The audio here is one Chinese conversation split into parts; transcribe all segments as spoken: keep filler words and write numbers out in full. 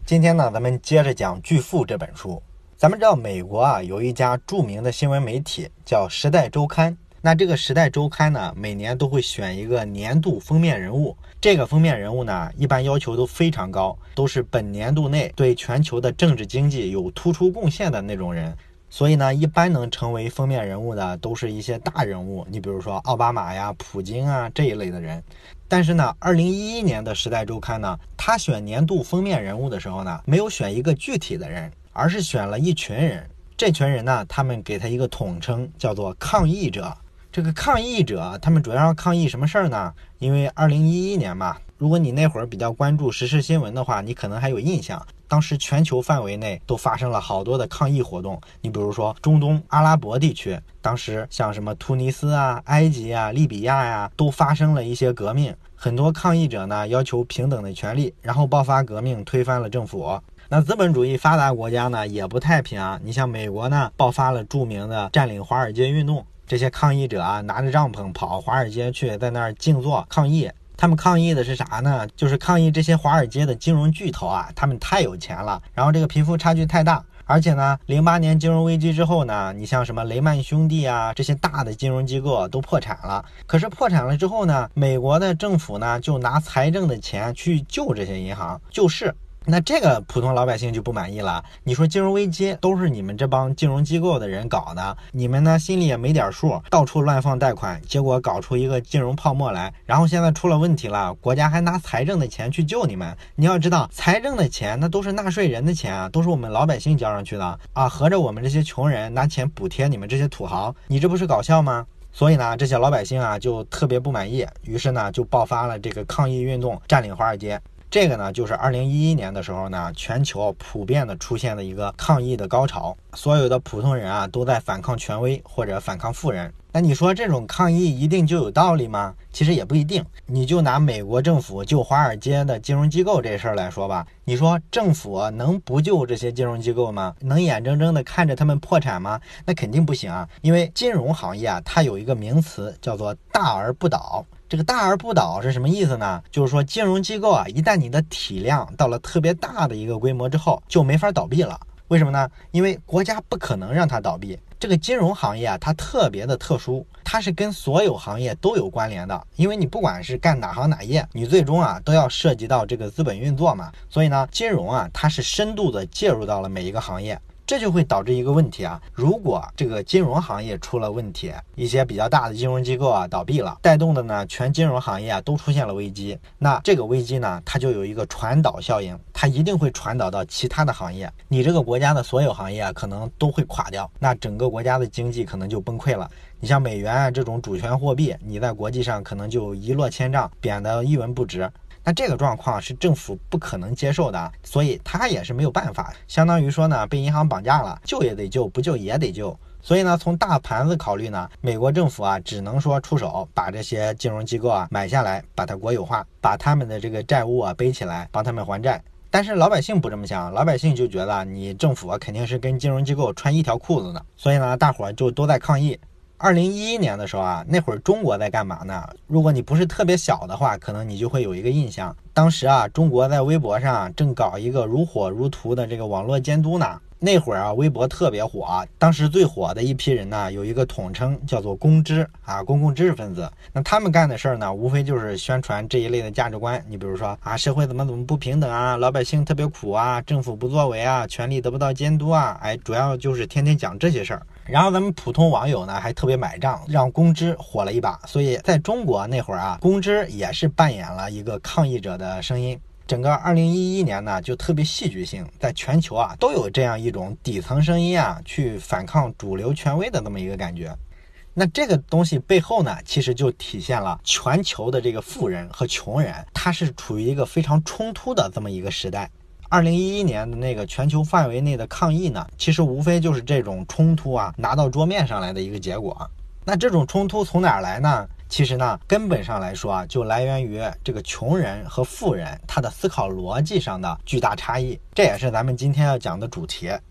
今天呢，咱们接着讲《巨富》这本书。咱们知道美国啊有一家著名的新闻媒体叫《时代周刊》，那这个《时代周刊》呢，每年都会选一个年度封面人物。这个封面人物呢，一般要求都非常高，都是本年度内对全球的政治经济有突出贡献的那种人。所以呢，一般能成为封面人物的都是一些大人物，你比如说奥巴马呀、普京啊这一类的人。但是呢，二零一一年的《时代周刊》呢，他选年度封面人物的时候呢，没有选一个具体的人，而是选了一群人。这群人呢，他们给他一个统称，叫做抗议者。这个抗议者，他们主要要抗议什么事儿呢？因为二零一一年嘛，如果你那会儿比较关注时事新闻的话，你可能还有印象，当时全球范围内都发生了好多的抗议活动。你比如说中东阿拉伯地区，当时像什么突尼斯啊、埃及啊、利比亚呀、啊，都发生了一些革命。很多抗议者呢要求平等的权利，然后爆发革命，推翻了政府。那资本主义发达国家呢也不太平啊，你像美国呢爆发了著名的占领华尔街运动，这些抗议者啊拿着帐篷跑华尔街去，在那儿静坐抗议。他们抗议的是啥呢？就是抗议这些华尔街的金融巨头啊，他们太有钱了，然后这个贫富差距太大。而且呢，零八年金融危机之后呢，你像什么雷曼兄弟啊，这些大的金融机构都破产了。可是破产了之后呢，美国的政府呢就拿财政的钱去救这些银行，救市。那这个普通老百姓就不满意了，你说金融危机都是你们这帮金融机构的人搞的，你们呢心里也没点数，到处乱放贷款，结果搞出一个金融泡沫来，然后现在出了问题了，国家还拿财政的钱去救你们。你要知道，财政的钱那都是纳税人的钱啊，都是我们老百姓交上去的啊，合着我们这些穷人拿钱补贴你们这些土豪，你这不是搞笑吗？所以呢，这些老百姓啊就特别不满意，于是呢就爆发了这个抗议运动，占领华尔街。这个呢，就是二零一一年的时候呢，全球普遍的出现的一个抗议的高潮，所有的普通人啊都在反抗权威或者反抗富人。那你说这种抗议一定就有道理吗？其实也不一定。你就拿美国政府救华尔街的金融机构这事儿来说吧，你说政府能不救这些金融机构吗？能眼睁睁的看着他们破产吗？那肯定不行啊，因为金融行业啊，它有一个名词叫做大而不倒。这个大而不倒是什么意思呢？就是说金融机构啊，一旦你的体量到了特别大的一个规模之后，就没法倒闭了。为什么呢？因为国家不可能让它倒闭。这个金融行业啊，它特别的特殊，它是跟所有行业都有关联的。因为你不管是干哪行哪业，你最终啊都要涉及到这个资本运作嘛。所以呢，金融啊，它是深度的介入到了每一个行业。这就会导致一个问题啊，如果这个金融行业出了问题，一些比较大的金融机构啊倒闭了，带动的呢全金融行业啊都出现了危机，那这个危机呢它就有一个传导效应，它一定会传导到其他的行业，你这个国家的所有行业啊可能都会垮掉，那整个国家的经济可能就崩溃了。你像美元啊这种主权货币，你在国际上可能就一落千丈，贬得一文不值。那这个状况是政府不可能接受的，所以他也是没有办法，相当于说呢，被银行绑架了，救也得救，不救也得救。所以呢，从大盘子考虑呢，美国政府啊，只能说出手把这些金融机构啊买下来，把它国有化，把他们的这个债务啊背起来，帮他们还债。但是老百姓不这么想，老百姓就觉得你政府啊肯定是跟金融机构穿一条裤子的，所以呢，大伙儿就都在抗议。二零一一年的时候啊，那会儿中国在干嘛呢？如果你不是特别小的话，可能你就会有一个印象，当时啊，中国在微博上正搞一个如火如荼的这个网络监督呢。那会儿啊，微博特别火，当时最火的一批人呢，有一个统称叫做公知啊，公共知识分子。那他们干的事儿呢，无非就是宣传这一类的价值观。你比如说啊，社会怎么怎么不平等啊，老百姓特别苦啊，政府不作为啊，权力得不到监督啊，哎，主要就是天天讲这些事儿。然后咱们普通网友呢，还特别买账，让公知火了一把。所以在中国那会儿啊，公知也是扮演了一个抗议者的声音。整个二零一一年呢，就特别戏剧性，在全球啊都有这样一种底层声音啊，去反抗主流权威的这么一个感觉。那这个东西背后呢，其实就体现了全球的这个富人和穷人，它是处于一个非常冲突的这么一个时代。二零一一年的那个全球范围内的抗议呢，其实无非就是这种冲突啊拿到桌面上来的一个结果。那这种冲突从哪儿来呢？其实呢，根本上来说啊，就来源于这个穷人和富人他的思考逻辑上的巨大差异，这也是咱们今天要讲的主题。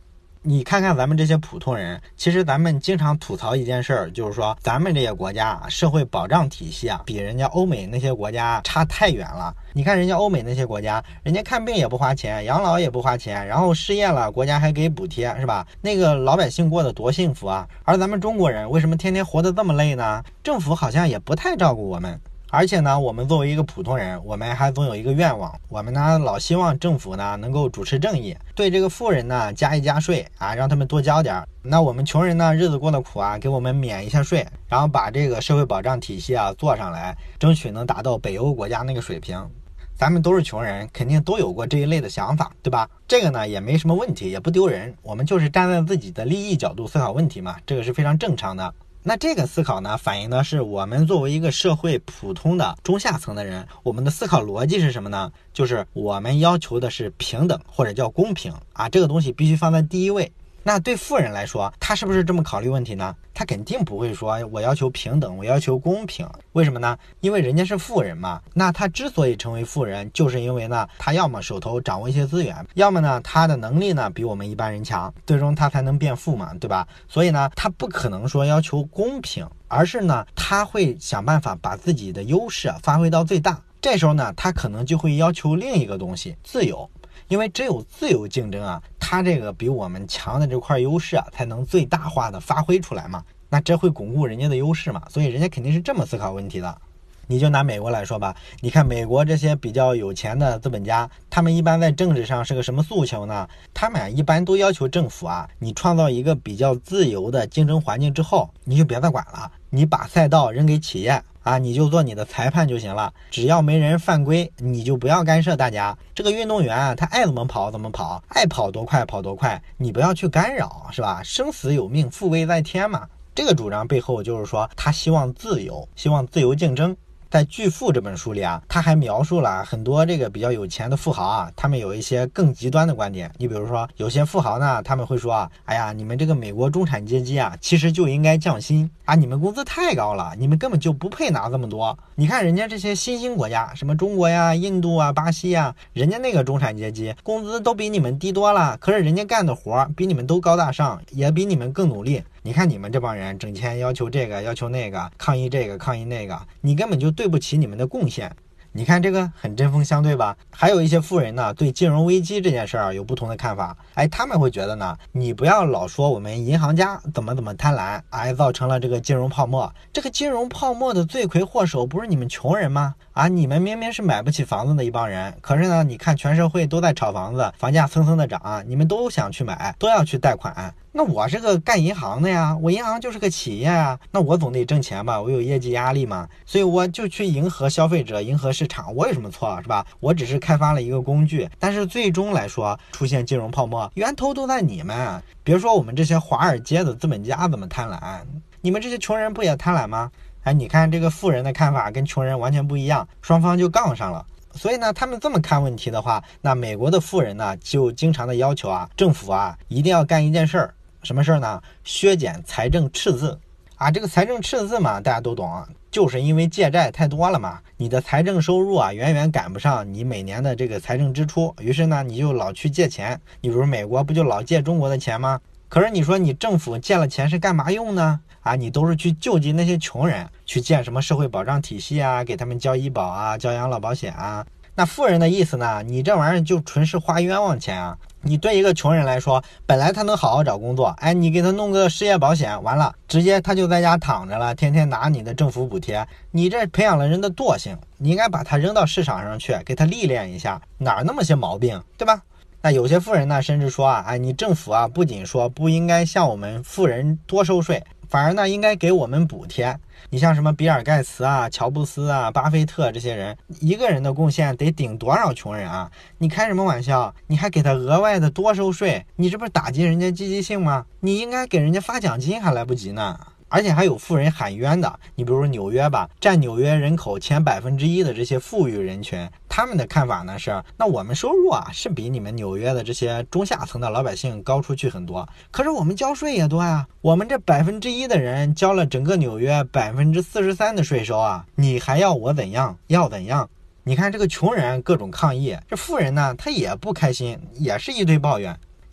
你看看咱们这些普通人，其实咱们经常吐槽一件事儿，就是说咱们这些国家啊，社会保障体系啊，比人家欧美那些国家差太远了。你看人家欧美那些国家，人家看病也不花钱，养老也不花钱，然后失业了国家还给补贴，是吧？那个老百姓过得多幸福啊！而咱们中国人为什么天天活得这么累呢？政府好像也不太照顾我们。而且呢，我们作为一个普通人，我们还总有一个愿望，我们呢老希望政府呢能够主持正义，对这个富人呢加一加税啊，让他们多交点。那我们穷人呢日子过得苦啊，给我们免一下税，然后把这个社会保障体系啊做上来，争取能达到北欧国家那个水平。咱们都是穷人，肯定都有过这一类的想法，对吧？这个呢也没什么问题，也不丢人，我们就是站在自己的利益角度思考问题嘛，这个是非常正常的。那这个思考呢，反映的是我们作为一个社会普通的中下层的人，我们的思考逻辑是什么呢？就是我们要求的是平等或者叫公平啊，这个东西必须放在第一位。那对富人来说，他是不是这么考虑问题呢？他肯定不会说我要求平等，我要求公平。为什么呢？因为人家是富人嘛。那他之所以成为富人，就是因为呢，他要么手头掌握一些资源，要么呢，他的能力呢比我们一般人强，最终他才能变富嘛，对吧？所以呢，他不可能说要求公平，而是呢，他会想办法把自己的优势发挥到最大。这时候呢，他可能就会要求另一个东西，自由。因为只有自由竞争啊，它这个比我们强的这块优势啊，才能最大化的发挥出来嘛。那这会巩固人家的优势嘛，所以人家肯定是这么思考问题的。你就拿美国来说吧，你看美国这些比较有钱的资本家，他们一般在政治上是个什么诉求呢？他们啊一般都要求政府啊，你创造一个比较自由的竞争环境之后，你就别再管了，你把赛道扔给企业啊，你就做你的裁判就行了，只要没人犯规，你就不要干涉大家。这个运动员啊，他爱怎么跑怎么跑，爱跑多快跑多快，你不要去干扰，是吧？生死有命，富贵在天嘛。这个主张背后就是说，他希望自由，希望自由竞争。在《巨富》这本书里啊，他还描述了很多这个比较有钱的富豪啊，他们有一些更极端的观点。你比如说，有些富豪呢，他们会说啊，哎呀，你们这个美国中产阶级啊，其实就应该降薪啊，你们工资太高了，你们根本就不配拿这么多。你看人家这些新兴国家，什么中国呀、印度啊、巴西啊，人家那个中产阶级工资都比你们低多了，可是人家干的活比你们都高大上，也比你们更努力。你看你们这帮人整天要求这个要求那个，抗议这个抗议那个，你根本就对不起你们的贡献。你看这个很针锋相对吧？还有一些富人呢，对金融危机这件事儿有不同的看法。哎，他们会觉得呢，你不要老说我们银行家怎么怎么贪婪，哎，造成了这个金融泡沫。这个金融泡沫的罪魁祸首不是你们穷人吗？啊，你们明明是买不起房子的一帮人，可是呢，你看全社会都在炒房子，房价蹭蹭的涨，你们都想去买，都要去贷款。那我是个干银行的呀，我银行就是个企业啊，那我总得挣钱吧，我有业绩压力嘛，所以我就去迎合消费者，迎合市场，我有什么错是吧？我只是开发了一个工具，但是最终来说出现金融泡沫，源头都在你们。别说我们这些华尔街的资本家怎么贪婪，你们这些穷人不也贪婪吗？哎，你看这个富人的看法跟穷人完全不一样，双方就杠上了。所以呢，他们这么看问题的话，那美国的富人呢，就经常的要求啊，政府啊一定要干一件事儿。什么事儿呢？削减财政赤字啊！这个财政赤字嘛，大家都懂，就是因为借债太多了嘛，你的财政收入啊远远赶不上你每年的这个财政支出，于是呢，你就老去借钱。你比如美国不就老借中国的钱吗？可是你说你政府借了钱是干嘛用呢？啊，你都是去救济那些穷人，去建什么社会保障体系啊，给他们交医保啊，交养老保险啊。那富人的意思呢，你这玩意儿就纯是花冤枉钱啊。你对一个穷人来说，本来他能好好找工作，哎，你给他弄个失业保险，完了直接他就在家躺着了，天天拿你的政府补贴，你这培养了人的惰性，你应该把他扔到市场上去，给他历练一下，哪那么些毛病，对吧？那有些富人呢，甚至说啊，哎，你政府啊，不仅说不应该向我们富人多收税，反而呢，应该给我们补贴。你像什么比尔盖茨啊、乔布斯啊、巴菲特这些人，一个人的贡献得顶多少穷人啊？你开什么玩笑？你还给他额外的多收税，你这不是打击人家积极性吗？你应该给人家发奖金还来不及呢。而且还有富人喊冤的，你比如说纽约吧，占纽约人口前百分之一的这些富裕人群，他们的看法呢是，那我们收入啊是比你们纽约的这些中下层的老百姓高出去很多，可是我们交税也多啊，我们这百分之一的人交了整个纽约百分之四十三的税收啊，你还要我怎样？要怎样？你看这个穷人各种抗议，这富人呢他也不开心，也是一堆抱怨。其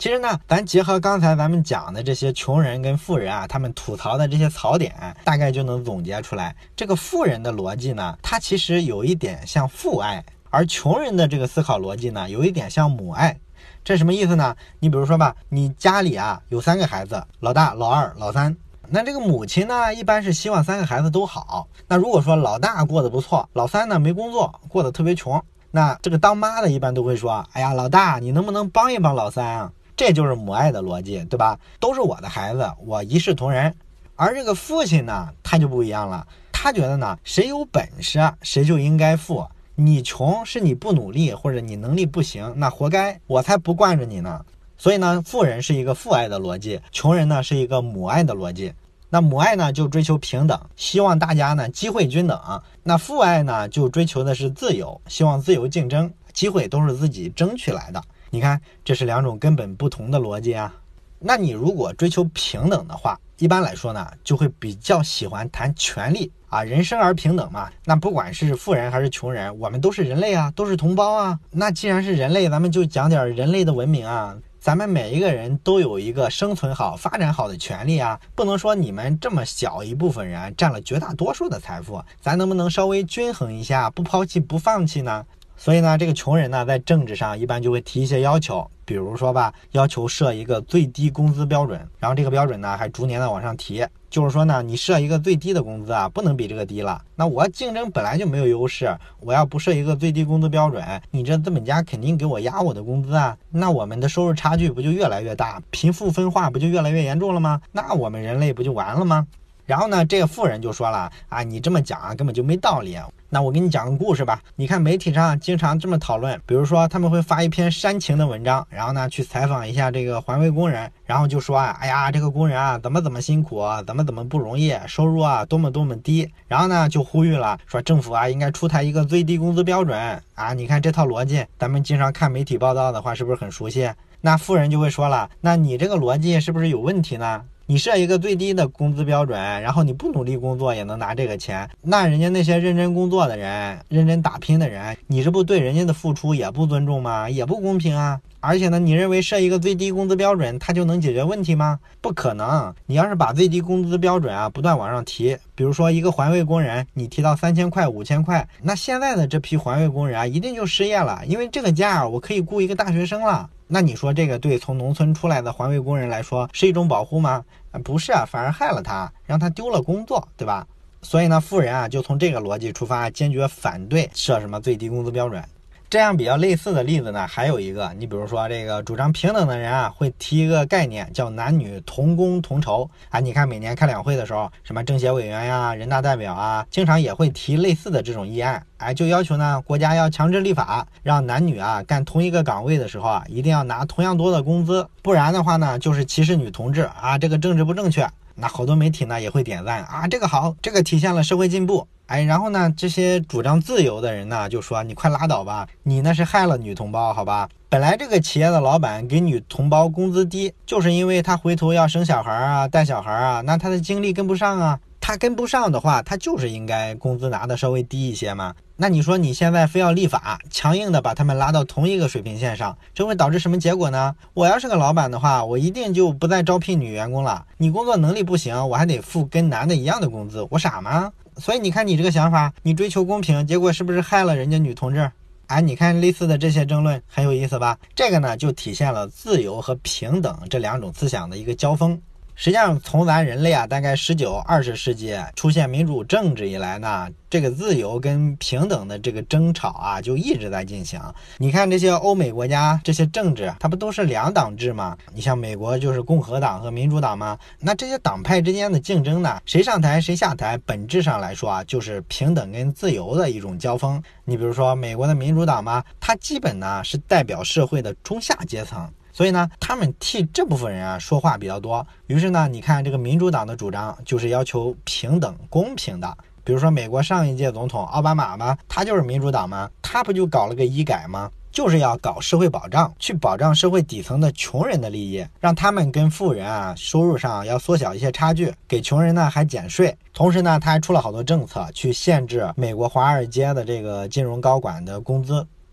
其实呢，咱结合刚才咱们讲的这些穷人跟富人啊，他们吐槽的这些槽点，大概就能总结出来，这个富人的逻辑呢，它其实有一点像父爱，而穷人的这个思考逻辑呢，有一点像母爱。这什么意思呢？你比如说吧，你家里啊有三个孩子，老大、老二、老三。那这个母亲呢，一般是希望三个孩子都好。那如果说老大过得不错，老三呢没工作，过得特别穷，那这个当妈的一般都会说，哎呀，老大，你能不能帮一帮老三啊？这就是母爱的逻辑，对吧？都是我的孩子，我一视同仁。而这个父亲呢，他就不一样了，他觉得呢，谁有本事谁就应该富。你穷是你不努力，或者你能力不行，那活该，我才不惯着你呢。所以呢，富人是一个父爱的逻辑，穷人呢是一个母爱的逻辑。那母爱呢就追求平等，希望大家呢机会均等。那父爱呢就追求的是自由，希望自由竞争，机会都是自己争取来的。你看，这是两种根本不同的逻辑啊。那你如果追求平等的话，一般来说呢，就会比较喜欢谈权利啊，人生而平等嘛。那不管是富人还是穷人，我们都是人类啊，都是同胞啊。那既然是人类，咱们就讲点人类的文明啊。咱们每一个人都有一个生存好、发展好的权利啊，不能说你们这么小一部分人占了绝大多数的财富，咱能不能稍微均衡一下，不抛弃不放弃呢？所以呢，这个穷人呢，在政治上一般就会提一些要求，比如说吧，要求设一个最低工资标准，然后这个标准呢还逐年的往上提，就是说呢，你设一个最低的工资啊，不能比这个低了。那我竞争本来就没有优势，我要不设一个最低工资标准，你这资本家肯定给我压我的工资啊，那我们的收入差距不就越来越大，贫富分化不就越来越严重了吗？那我们人类不就完了吗？然后呢，这个富人就说了啊，你这么讲啊，根本就没道理。那我给你讲个故事吧。你看媒体上经常这么讨论，比如说他们会发一篇煽情的文章，然后呢去采访一下这个环卫工人，然后就说啊，哎呀，这个工人啊怎么怎么辛苦啊，怎么怎么不容易，收入啊多么多么低，然后呢就呼吁了，说政府啊应该出台一个最低工资标准啊。你看这套逻辑，咱们经常看媒体报道的话，是不是很熟悉？那富人就会说了，那你这个逻辑是不是有问题呢？你设一个最低的工资标准，然后你不努力工作也能拿这个钱，那人家那些认真工作的人，认真打拼的人，你这不对人家的付出也不尊重吗？也不公平啊。而且呢，你认为设一个最低工资标准它就能解决问题吗？不可能。你要是把最低工资标准啊不断往上提，比如说一个环卫工人你提到三千块五千块，那现在的这批环卫工人啊一定就失业了，因为这个价我可以雇一个大学生了。那你说这个对从农村出来的环卫工人来说是一种保护吗？不是啊，反而害了他，让他丢了工作，对吧？所以呢，富人啊就从这个逻辑出发，坚决反对设什么最低工资标准。这样比较类似的例子呢，还有一个，你比如说这个主张平等的人啊，会提一个概念叫男女同工同酬啊。你看每年开两会的时候，什么政协委员呀、人大代表啊，经常也会提类似的这种议案，哎，就要求呢国家要强制立法，让男女啊干同一个岗位的时候啊，一定要拿同样多的工资，不然的话呢，就是歧视女同志啊，这个政治不正确。那好多媒体呢也会点赞啊，这个好，这个体现了社会进步。哎，然后呢，这些主张自由的人呢就说，你快拉倒吧，你那是害了女同胞，好吧？本来这个企业的老板给女同胞工资低，就是因为他回头要生小孩啊、带小孩啊，那他的精力跟不上啊。他跟不上的话，他就是应该工资拿的稍微低一些嘛。那你说你现在非要立法，强硬的把他们拉到同一个水平线上，这会导致什么结果呢？我要是个老板的话，我一定就不再招聘女员工了。你工作能力不行，我还得付跟男的一样的工资，我傻吗？所以你看你这个想法，你追求公平，结果是不是害了人家女同志？哎，你看类似的这些争论很有意思吧？这个呢就体现了自由和平等这两种思想的一个交锋。实际上从咱人类啊大概十九、二十世纪出现民主政治以来呢，这个自由跟平等的这个争吵啊就一直在进行。你看这些欧美国家这些政治，它不都是两党制吗？你像美国就是共和党和民主党吗？那这些党派之间的竞争呢，谁上台谁下台，本质上来说啊就是平等跟自由的一种交锋。你比如说美国的民主党嘛，它基本呢是代表社会的中下阶层，所以呢他们替这部分人啊说话比较多。于是呢你看这个民主党的主张就是要求平等公平的。比如说美国上一届总统奥巴马嘛，他就是民主党嘛，他不就搞了个医改吗？就是要搞社会保障，去保障社会底层的穷人的利益，让他们跟富人啊收入上要缩小一些差距，给穷人呢还减税。同时呢他还出了好多政策去限制美国华尔街的这个金融高管的工资。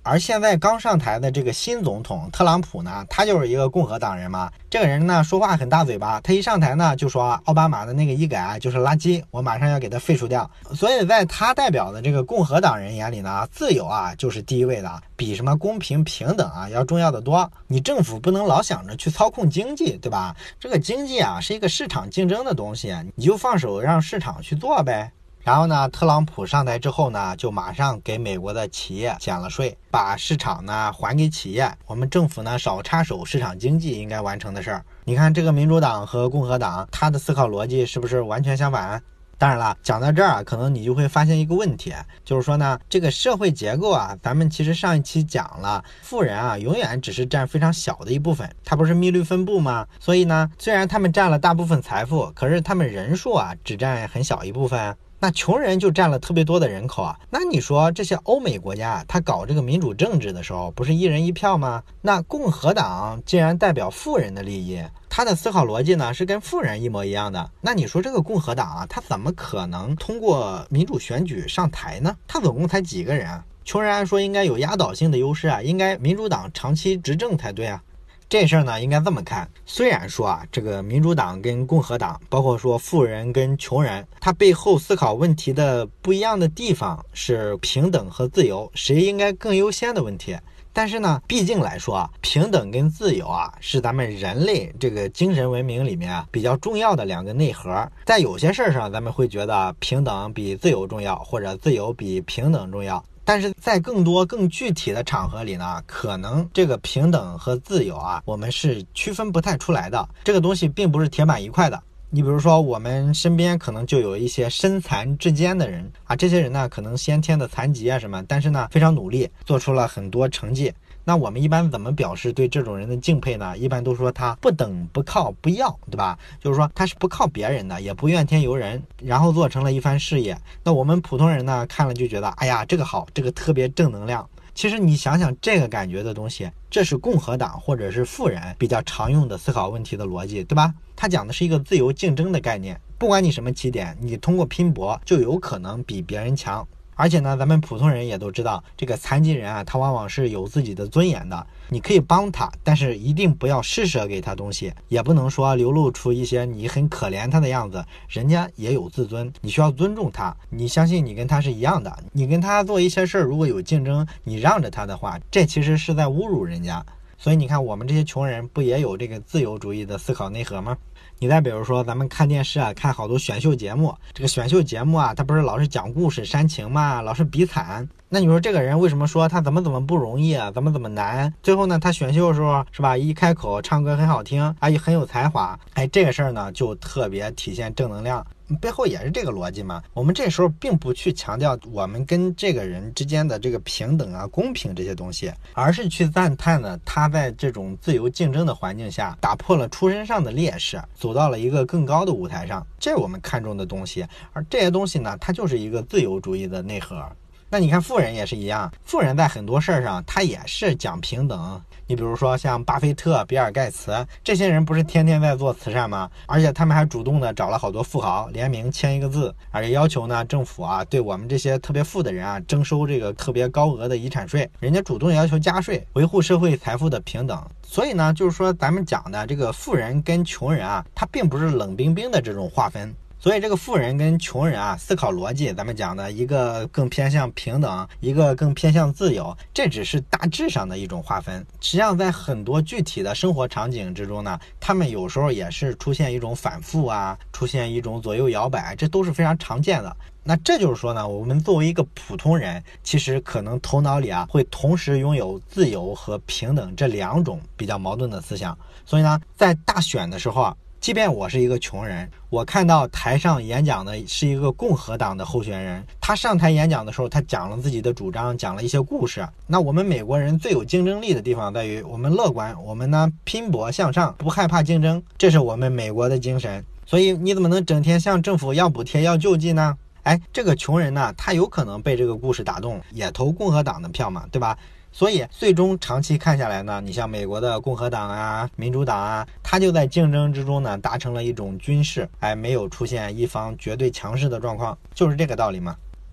而现在刚上台的这个新总统特朗普呢，他就是一个共和党人嘛。这个人呢说话很大嘴巴，他一上台呢就说奥巴马的那个医改就是垃圾，我马上要给他废除掉。所以在他代表的这个共和党人眼里呢，自由啊就是第一位的，比什么公平平等啊要重要的多。你政府不能老想着去操控经济，对吧？这个经济啊是一个市场竞争的东西，你就放手让市场去做呗。然后呢，特朗普上台之后呢，就马上给美国的企业减了税，把市场呢还给企业，我们政府呢少插手市场经济应该完成的事儿。你看这个民主党和共和党，他的思考逻辑是不是完全相反？当然了，讲到这儿啊，可能你就会发现一个问题，就是说呢，这个社会结构啊，咱们其实上一期讲了，富人啊永远只是占非常小的一部分，它不是密律分布吗？所以呢，虽然他们占了大部分财富，可是他们人数啊只占很小一部分。那穷人就占了特别多的人口啊，那你说这些欧美国家啊，他搞这个民主政治的时候，不是一人一票吗？那共和党既然代表富人的利益，他的思考逻辑呢是跟富人一模一样的，那你说这个共和党啊，他怎么可能通过民主选举上台呢？他总共才几个人啊？穷人按说应该有压倒性的优势啊，应该民主党长期执政才对啊。这事儿呢应该这么看，虽然说啊这个民主党跟共和党，包括说富人跟穷人，他背后思考问题的不一样的地方是平等和自由，谁应该更优先的问题。但是呢，毕竟来说啊，平等跟自由啊是咱们人类这个精神文明里面啊比较重要的两个内核。在有些事儿上，咱们会觉得平等比自由重要，或者自由比平等重要。但是在更多更具体的场合里呢，可能这个平等和自由啊，我们是区分不太出来的。这个东西并不是铁板一块的。你比如说我们身边可能就有一些身残志坚的人啊，这些人呢可能先天的残疾啊什么，但是呢非常努力，做出了很多成绩。那我们一般怎么表示对这种人的敬佩呢？一般都说他不等不靠不要，对吧？就是说他是不靠别人的，也不怨天尤人，然后做成了一番事业。那我们普通人呢看了就觉得哎呀这个好，这个特别正能量。其实你想想这个感觉的东西，这是共和党或者是富人比较常用的思考问题的逻辑，对吧？他讲的是一个自由竞争的概念，不管你什么起点，你通过拼搏就有可能比别人强。而且呢，咱们普通人也都知道，这个残疾人啊，他往往是有自己的尊严的。你可以帮他，但是一定不要施舍给他东西，也不能说流露出一些你很可怜他的样子。人家也有自尊，你需要尊重他。你相信你跟他是一样的，你跟他做一些事儿，如果有竞争，你让着他的话，这其实是在侮辱人家。所以你看，我们这些穷人不也有这个自由主义的思考内核吗？你再比如说咱们看电视啊，看好多选秀节目，这个选秀节目啊，他不是老是讲故事煽情嘛，老是比惨。那你说这个人为什么说他怎么怎么不容易啊，怎么怎么难？最后呢，他选秀的时候是吧，一开口唱歌很好听，啊也很有才华，哎，这个事儿呢就特别体现正能量。背后也是这个逻辑嘛。我们这时候并不去强调我们跟这个人之间的这个平等啊、公平这些东西，而是去赞叹呢他在这种自由竞争的环境下打破了出身上的劣势，走到了一个更高的舞台上，这是我们看重的东西。而这些东西呢，它就是一个自由主义的内核。那你看富人也是一样，富人在很多事儿上他也是讲平等。你比如说像巴菲特、比尔盖茨这些人不是天天在做慈善吗？而且他们还主动的找了好多富豪联名签一个字，而且要求呢政府啊对我们这些特别富的人啊征收这个特别高额的遗产税，人家主动要求加税，维护社会财富的平等。所以呢，就是说咱们讲的这个富人跟穷人啊，他并不是冷冰冰的这种划分。所以这个富人跟穷人啊，思考逻辑咱们讲的一个更偏向平等，一个更偏向自由，这只是大致上的一种划分。实际上在很多具体的生活场景之中呢，他们有时候也是出现一种反复啊，出现一种左右摇摆，这都是非常常见的。那这就是说呢，我们作为一个普通人，其实可能头脑里啊会同时拥有自由和平等这两种比较矛盾的思想。所以呢，在大选的时候啊，即便我是一个穷人，我看到台上演讲的是一个共和党的候选人，他上台演讲的时候，他讲了自己的主张，讲了一些故事。那我们美国人最有竞争力的地方在于我们乐观，我们呢拼搏向上，不害怕竞争，这是我们美国的精神。所以你怎么能整天向政府要补贴要救济呢？哎，这个穷人呢，他有可能被这个故事打动，也投共和党的票嘛，对吧？所以最终长期看下来呢，你像美国的共和党啊、民主党啊，它就在竞争之中呢达成了一种均势，哎，没有出现一方绝对强势的状况，就是这个道理嘛。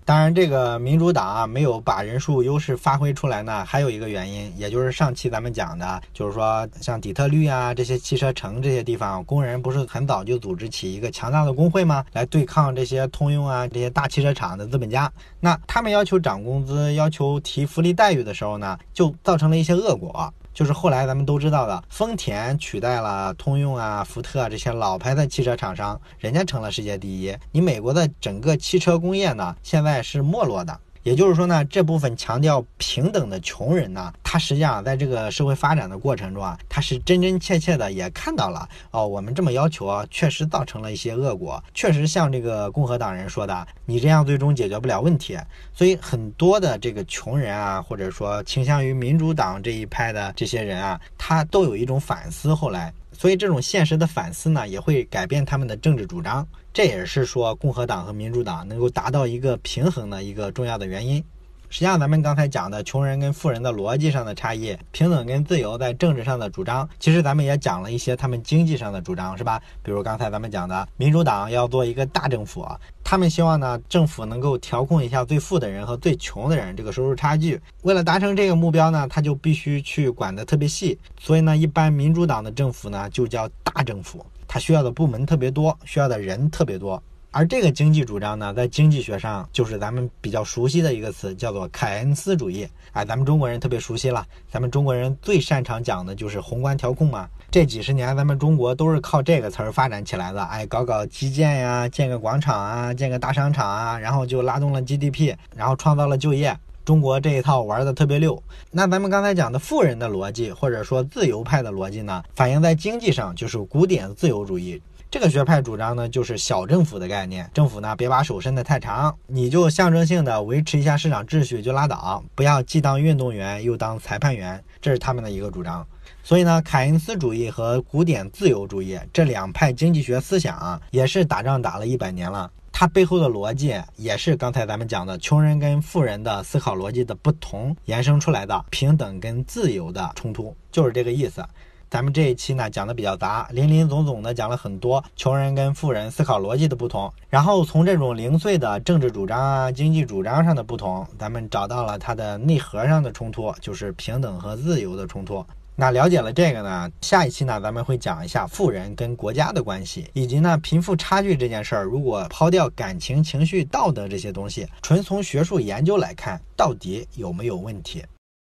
当然，这个民主党啊没有把人数优势发挥出来呢，还有一个原因，也就是上期咱们讲的，就是说像底特律啊这些汽车城这些地方，工人不是很早就组织起一个强大的工会吗？来对抗这些通用啊这些大汽车厂的资本家。那他们要求涨工资、要求提福利待遇的时候呢，就造成了一些恶果。就是后来咱们都知道的，丰田取代了通用啊、福特啊这些老牌的汽车厂商，人家成了世界第一。你美国的整个汽车工业呢，现在是没落的。也就是说呢，这部分强调平等的穷人呢，他实际上在这个社会发展的过程中啊，他是真真切切的也看到了哦，我们这么要求啊，确实造成了一些恶果，确实像这个共和党人说的，你这样最终解决不了问题。所以很多的这个穷人啊，或者说倾向于民主党这一派的这些人啊，他都有一种反思。后来，所以这种现实的反思呢，也会改变他们的政治主张。这也是说共和党和民主党能够达到一个平衡的一个重要的原因。实际上咱们刚才讲的穷人跟富人的逻辑上的差异，平等跟自由在政治上的主张，其实咱们也讲了一些他们经济上的主张，是吧？比如刚才咱们讲的民主党要做一个大政府，他们希望呢政府能够调控一下最富的人和最穷的人这个收入差距。为了达成这个目标呢，他就必须去管得特别细，所以呢一般民主党的政府呢就叫大政府，它需要的部门特别多，需要的人特别多。而这个经济主张呢，在经济学上就是咱们比较熟悉的一个词，叫做凯恩斯主义。哎，咱们中国人特别熟悉了，咱们中国人最擅长讲的就是宏观调控嘛。这几十年咱们中国都是靠这个词儿发展起来的。哎，搞搞基建呀，建个广场啊，建个大商场啊，然后就拉动了 G D P， 然后创造了就业。中国这一套玩的特别溜。那咱们刚才讲的富人的逻辑，或者说自由派的逻辑呢，反映在经济上就是古典自由主义。这个学派主张呢，就是小政府的概念，政府呢别把手伸得太长，你就象征性的维持一下市场秩序就拉倒，不要既当运动员又当裁判员，这是他们的一个主张。所以呢，凯恩斯主义和古典自由主义这两派经济学思想啊，也是打仗打了一百年了。它背后的逻辑也是刚才咱们讲的穷人跟富人的思考逻辑的不同延伸出来的平等跟自由的冲突，就是这个意思。咱们这一期呢讲的比较杂，林林总总的讲了很多穷人跟富人思考逻辑的不同，然后从这种零碎的政治主张啊、经济主张上的不同，咱们找到了它的内核上的冲突，就是平等和自由的冲突。那了解了这个呢，下一期呢咱们会讲一下富人跟国家的关系，以及呢贫富差距这件事儿，如果抛掉感情、情绪、道德这些东西，纯从学术研究来看，到底有没有问题。